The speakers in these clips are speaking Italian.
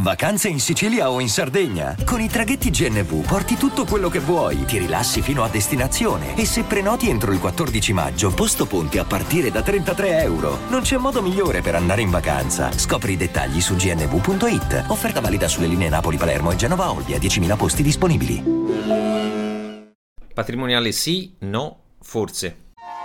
Vacanze in Sicilia o in Sardegna? Con i traghetti GNV porti tutto quello che vuoi, ti rilassi fino a destinazione e se prenoti entro il 14 maggio, posto ponti a partire da €33. Non c'è modo migliore per andare in vacanza. Scopri i dettagli su gnv.it. Offerta valida sulle linee Napoli-Palermo e Genova-Olbia, 10.000 posti disponibili. Patrimoniale sì, no, forse.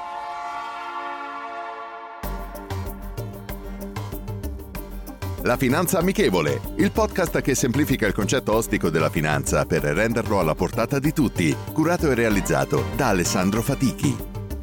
La Finanza Amichevole, il podcast che semplifica il concetto ostico della finanza per renderlo alla portata di tutti, curato e realizzato da Alessandro Fatichi.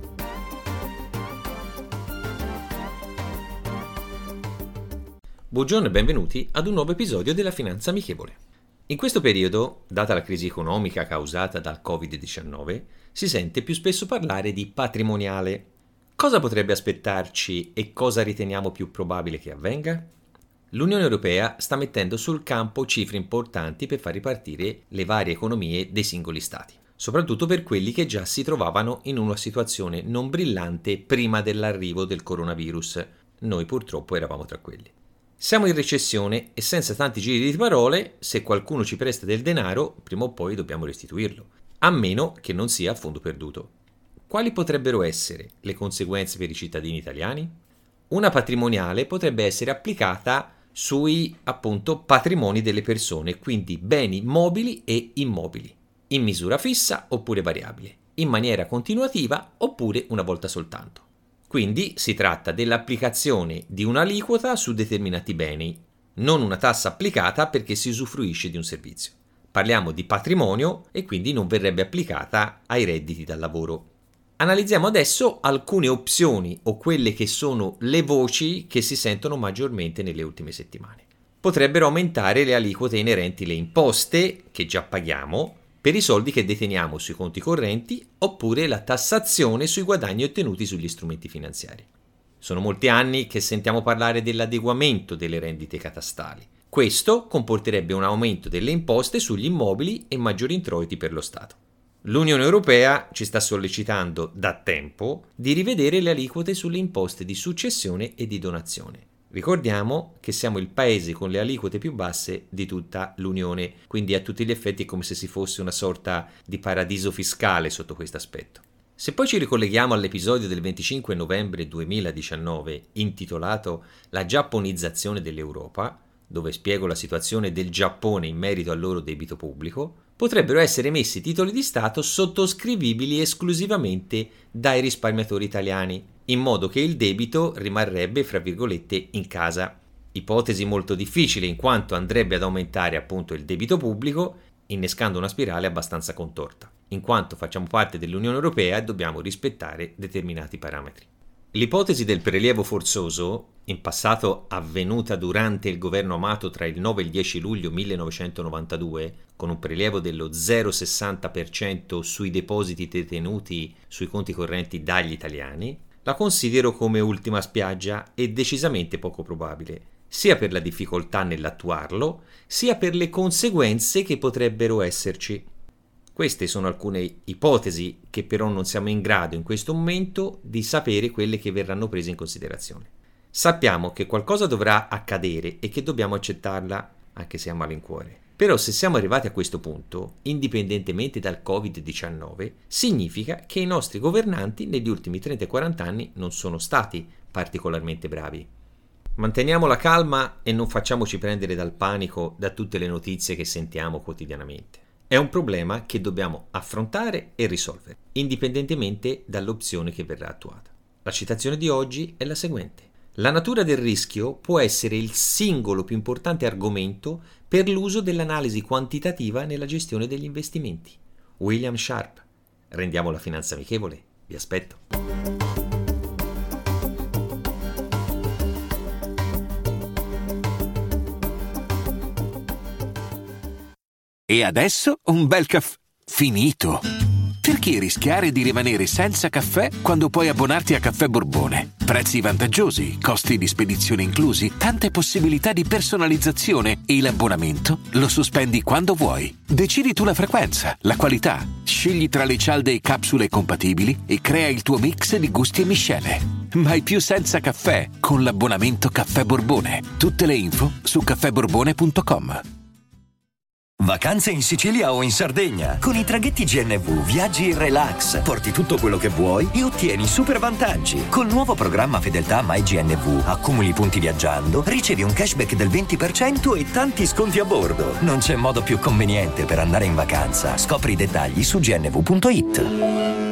Buongiorno e benvenuti ad un nuovo episodio della Finanza Amichevole. In questo periodo, data la crisi economica causata dal Covid-19, si sente più spesso parlare di patrimoniale. Cosa potrebbe aspettarci e cosa riteniamo più probabile che avvenga? L'Unione Europea sta mettendo sul campo cifre importanti per far ripartire le varie economie dei singoli stati, soprattutto per quelli che già si trovavano in una situazione non brillante prima dell'arrivo del coronavirus. Noi purtroppo eravamo tra quelli. Siamo in recessione e senza tanti giri di parole, se qualcuno ci presta del denaro, prima o poi dobbiamo restituirlo, a meno che non sia a fondo perduto. Quali potrebbero essere le conseguenze per i cittadini italiani? Una patrimoniale potrebbe essere applicata sui patrimoni delle persone, quindi beni mobili e immobili, in misura fissa oppure variabile, in maniera continuativa oppure una volta soltanto. Quindi si tratta dell'applicazione di un'aliquota su determinati beni, non una tassa applicata perché si usufruisce di un servizio. Parliamo di patrimonio e quindi non verrebbe applicata ai redditi dal lavoro. Analizziamo adesso alcune opzioni o quelle che sono le voci che si sentono maggiormente nelle ultime settimane. Potrebbero aumentare le aliquote inerenti alle imposte che già paghiamo per i soldi che deteniamo sui conti correnti oppure la tassazione sui guadagni ottenuti sugli strumenti finanziari. Sono molti anni che sentiamo parlare dell'adeguamento delle rendite catastali. Questo comporterebbe un aumento delle imposte sugli immobili e maggiori introiti per lo Stato. L'Unione Europea ci sta sollecitando da tempo di rivedere le aliquote sulle imposte di successione e di donazione. Ricordiamo che siamo il paese con le aliquote più basse di tutta l'Unione, quindi a tutti gli effetti è come se si fosse una sorta di paradiso fiscale sotto questo aspetto. Se poi ci ricolleghiamo all'episodio del 25 novembre 2019 intitolato La giapponizzazione dell'Europa, dove spiego la situazione del Giappone in merito al loro debito pubblico, potrebbero essere emessi titoli di Stato sottoscrivibili esclusivamente dai risparmiatori italiani, in modo che il debito rimarrebbe, fra virgolette, in casa. Ipotesi molto difficile in quanto andrebbe ad aumentare appunto il debito pubblico, innescando una spirale abbastanza contorta, in quanto facciamo parte dell'Unione Europea e dobbiamo rispettare determinati parametri. L'ipotesi del prelievo forzoso, in passato avvenuta durante il governo Amato tra il 9 e il 10 luglio 1992, con un prelievo dello 0,60% sui depositi detenuti sui conti correnti dagli italiani, la considero come ultima spiaggia e decisamente poco probabile, sia per la difficoltà nell'attuarlo, sia per le conseguenze che potrebbero esserci. Queste sono alcune ipotesi che però non siamo in grado in questo momento di sapere quelle che verranno prese in considerazione. Sappiamo che qualcosa dovrà accadere e che dobbiamo accettarla, anche se a malincuore. Però se siamo arrivati a questo punto, indipendentemente dal Covid-19, significa che i nostri governanti negli ultimi 30 e 40 anni non sono stati particolarmente bravi. Manteniamo la calma e non facciamoci prendere dal panico da tutte le notizie che sentiamo quotidianamente. È un problema che dobbiamo affrontare e risolvere, indipendentemente dall'opzione che verrà attuata. La citazione di oggi è la seguente. La natura del rischio può essere il singolo più importante argomento per l'uso dell'analisi quantitativa nella gestione degli investimenti. William Sharpe. Rendiamo la finanza amichevole. Vi aspetto. E adesso un bel caffè finito. Perché rischiare di rimanere senza caffè quando puoi abbonarti a Caffè Borbone? Prezzi vantaggiosi, costi di spedizione inclusi, tante possibilità di personalizzazione e l'abbonamento lo sospendi quando vuoi. Decidi tu la frequenza, la qualità, scegli tra le cialde e capsule compatibili e crea il tuo mix di gusti e miscele. Mai più senza caffè con l'abbonamento Caffè Borbone. Tutte le info su caffèborbone.com. Vacanze in Sicilia o in Sardegna. Con i traghetti GNV viaggi in relax, porti tutto quello che vuoi e ottieni super vantaggi. Col nuovo programma Fedeltà MyGNV accumuli punti viaggiando, ricevi un cashback del 20% e tanti sconti a bordo. Non c'è modo più conveniente per andare in vacanza. Scopri i dettagli su gnv.it.